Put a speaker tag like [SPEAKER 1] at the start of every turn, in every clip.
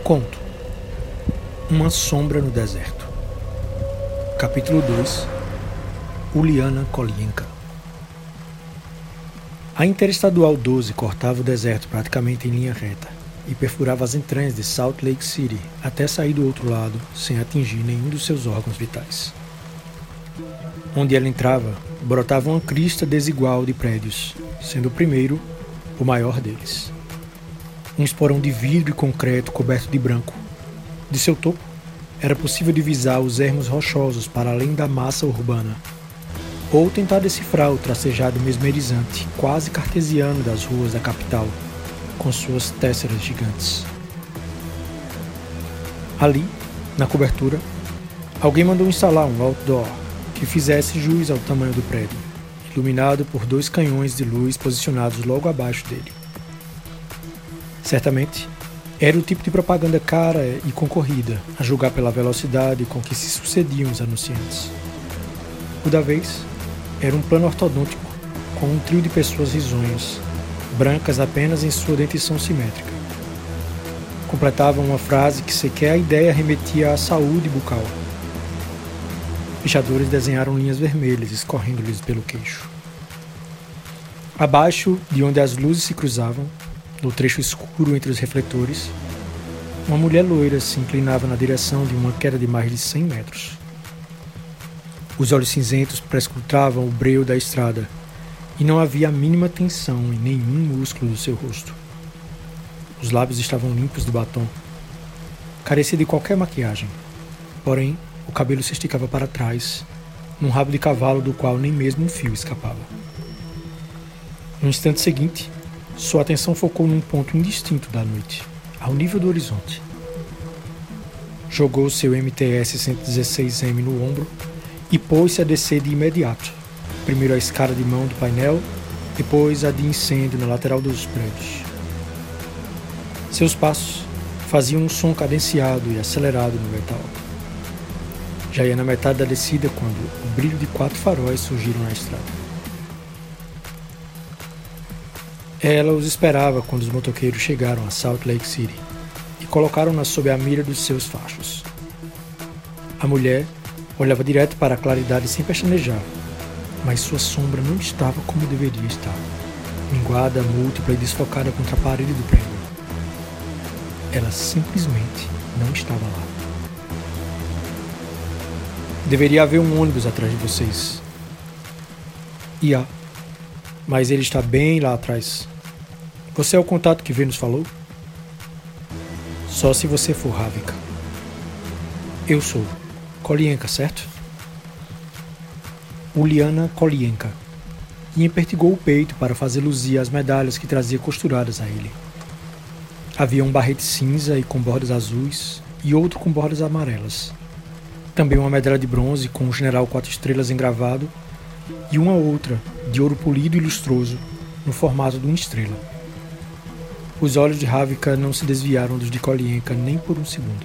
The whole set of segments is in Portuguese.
[SPEAKER 1] Conto: Uma sombra no deserto. Capítulo 2. Uliana Kolienka. A Interestadual 12 cortava o deserto praticamente em linha reta e perfurava as entranhas de Salt Lake City até sair do outro lado sem atingir nenhum dos seus órgãos vitais. Onde ela entrava, brotava uma crista desigual de prédios, sendo o primeiro o maior deles. Um esporão de vidro e concreto coberto de branco. De seu topo, era possível divisar os ermos rochosos para além da massa urbana, ou tentar decifrar o tracejado mesmerizante, quase cartesiano das ruas da capital, com suas tésseras gigantes. Ali, na cobertura, alguém mandou instalar um outdoor que fizesse jus ao tamanho do prédio, iluminado por 2 canhões de luz posicionados logo abaixo dele. Certamente, era o tipo de propaganda cara e concorrida, a julgar pela velocidade com que se sucediam os anunciantes. O da vez era um plano ortodôntico, com um trio de pessoas risonhas, brancas apenas em sua dentição simétrica. Completavam uma frase que sequer a ideia remetia à saúde bucal. Pichadores desenharam linhas vermelhas escorrendo-lhes pelo queixo. Abaixo de onde as luzes se cruzavam, no trecho escuro entre os refletores, uma mulher loira se inclinava na direção de uma queda de mais de 100 metros. Os olhos cinzentos prescrutavam o breu da estrada e não havia a mínima tensão em nenhum músculo do seu rosto. Os lábios estavam limpos de batom. Carecia de qualquer maquiagem, porém o cabelo se esticava para trás, num rabo de cavalo do qual nem mesmo um fio escapava. No instante seguinte, sua atenção focou num ponto indistinto da noite, ao nível do horizonte. Jogou seu MTS 116M no ombro e pôs-se a descer de imediato, primeiro a escada de mão do painel, depois a de incêndio na lateral dos prédios. Seus passos faziam um som cadenciado e acelerado no metal. Já ia na metade da descida quando o brilho de 4 faróis surgiram na estrada. Ela os esperava quando os motoqueiros chegaram a Salt Lake City e colocaram-na sob a mira dos seus fachos. A mulher olhava direto para a claridade sem pestanejar, mas sua sombra não estava como deveria estar, minguada, múltipla e desfocada contra a parede do prédio. Ela simplesmente não estava lá. Deveria haver um ônibus atrás de vocês. E há. Mas ele está bem lá atrás. Você é o contato que Vênus falou? Só se você for Ravika. Eu sou. Kolienka, certo? Uliana Kolienka. E empertigou o peito para fazer luzir as medalhas que trazia costuradas a ele. Havia um barrete cinza e com bordas azuis e outro com bordas amarelas. Também uma medalha de bronze com o general 4 estrelas engravado e uma outra de ouro polido e lustroso no formato de uma estrela. Os olhos de Ravika não se desviaram dos de Kolienka nem por um segundo.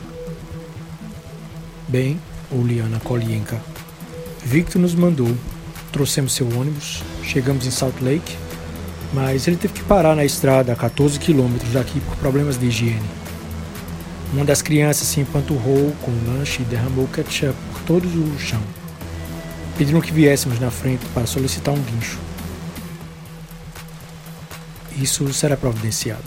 [SPEAKER 1] Bem, Uliana Kolienka, Victor nos mandou, trouxemos seu ônibus, chegamos em Salt Lake, mas ele teve que parar na estrada a 14 quilômetros daqui por problemas de higiene. Uma das crianças se empanturrou com o lanche e derramou ketchup por todo o chão. Pediram que viéssemos na frente para solicitar um guincho. Isso será providenciado.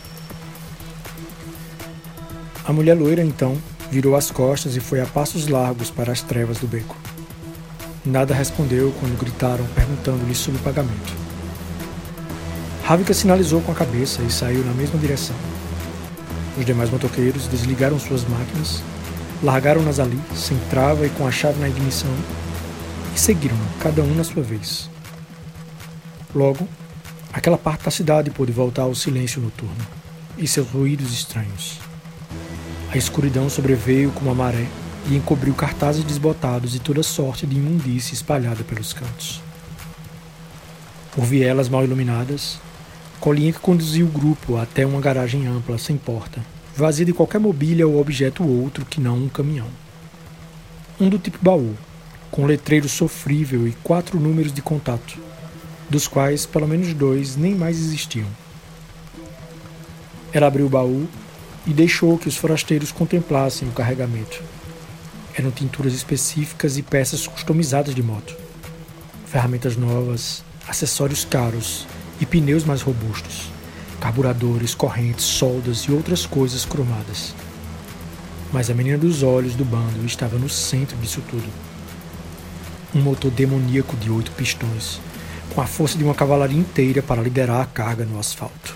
[SPEAKER 1] A mulher loira, então, virou as costas e foi a passos largos para as trevas do beco. Nada respondeu quando gritaram perguntando-lhe sobre o pagamento. Ravika sinalizou com a cabeça e saiu na mesma direção. Os demais motoqueiros desligaram suas máquinas, largaram-nas ali, sem trava e com a chave na ignição, e seguiram, cada um na sua vez. Logo, aquela parte da cidade pôde voltar ao silêncio noturno e seus ruídos estranhos. A escuridão sobreveio como a maré e encobriu cartazes desbotados e toda sorte de imundície espalhada pelos cantos. Por vielas mal iluminadas, Kolienka conduziu o grupo até uma garagem ampla, sem porta, vazia de qualquer mobília ou objeto outro que não um caminhão. Um do tipo baú, com letreiro sofrível e 4 números de contato, dos quais pelo menos 2 nem mais existiam. Ela abriu o baú e deixou que os forasteiros contemplassem o carregamento. Eram tinturas específicas e peças customizadas de moto. Ferramentas novas, acessórios caros e pneus mais robustos. Carburadores, correntes, soldas e outras coisas cromadas. Mas a menina dos olhos do bando estava no centro disso tudo. Um motor demoníaco de 8 pistões, com a força de uma cavalaria inteira para liderar a carga no asfalto.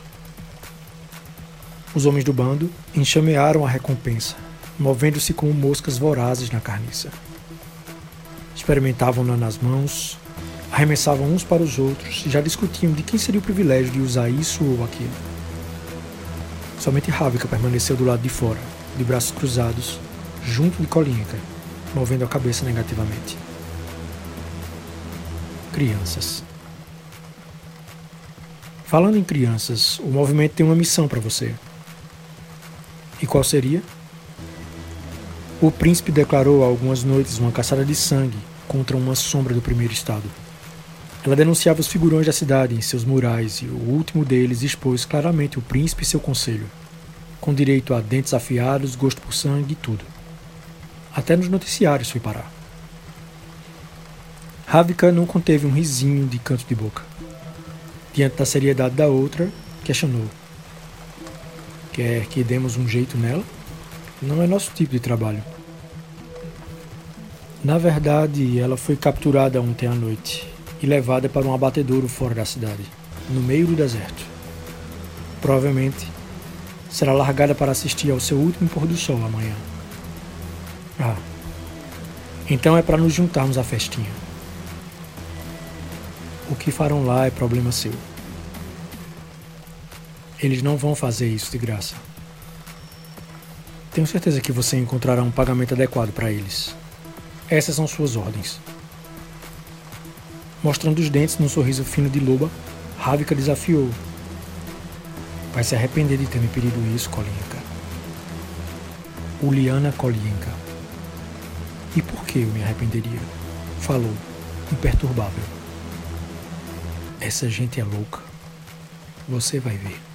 [SPEAKER 1] Os homens do bando enxamearam a recompensa, movendo-se como moscas vorazes na carniça. Experimentavam-na nas mãos, arremessavam uns para os outros e já discutiam de quem seria o privilégio de usar isso ou aquilo. Somente Ravika permaneceu do lado de fora, de braços cruzados, junto de Kolienka, movendo a cabeça negativamente. Crianças. Falando em crianças, o movimento tem uma missão para você. E qual seria? O príncipe declarou há algumas noites uma caçada de sangue contra uma sombra do primeiro estado. Ela denunciava os figurões da cidade em seus murais e o último deles expôs claramente o príncipe e seu conselho, com direito a dentes afiados, gosto por sangue e tudo. Até nos noticiários foi parar. Ravika não conteve um risinho de canto de boca. Diante da seriedade da outra, questionou. Quer que demos um jeito nela? Não é nosso tipo de trabalho. Na verdade, ela foi capturada ontem à noite e levada para um abatedouro fora da cidade, no meio do deserto. Provavelmente será largada para assistir ao seu último pôr do sol amanhã. Ah, então é para nos juntarmos à festinha. O que farão lá é problema seu. Eles não vão fazer isso de graça. Tenho certeza que você encontrará um pagamento adequado para eles. Essas são suas ordens. Mostrando os dentes num sorriso fino de loba, Ravika desafiou. Vai se arrepender de ter me pedido isso, Kolienka. Uliana Kolienka. E por que eu me arrependeria? Falou, imperturbável. Essa gente é louca. Você vai ver.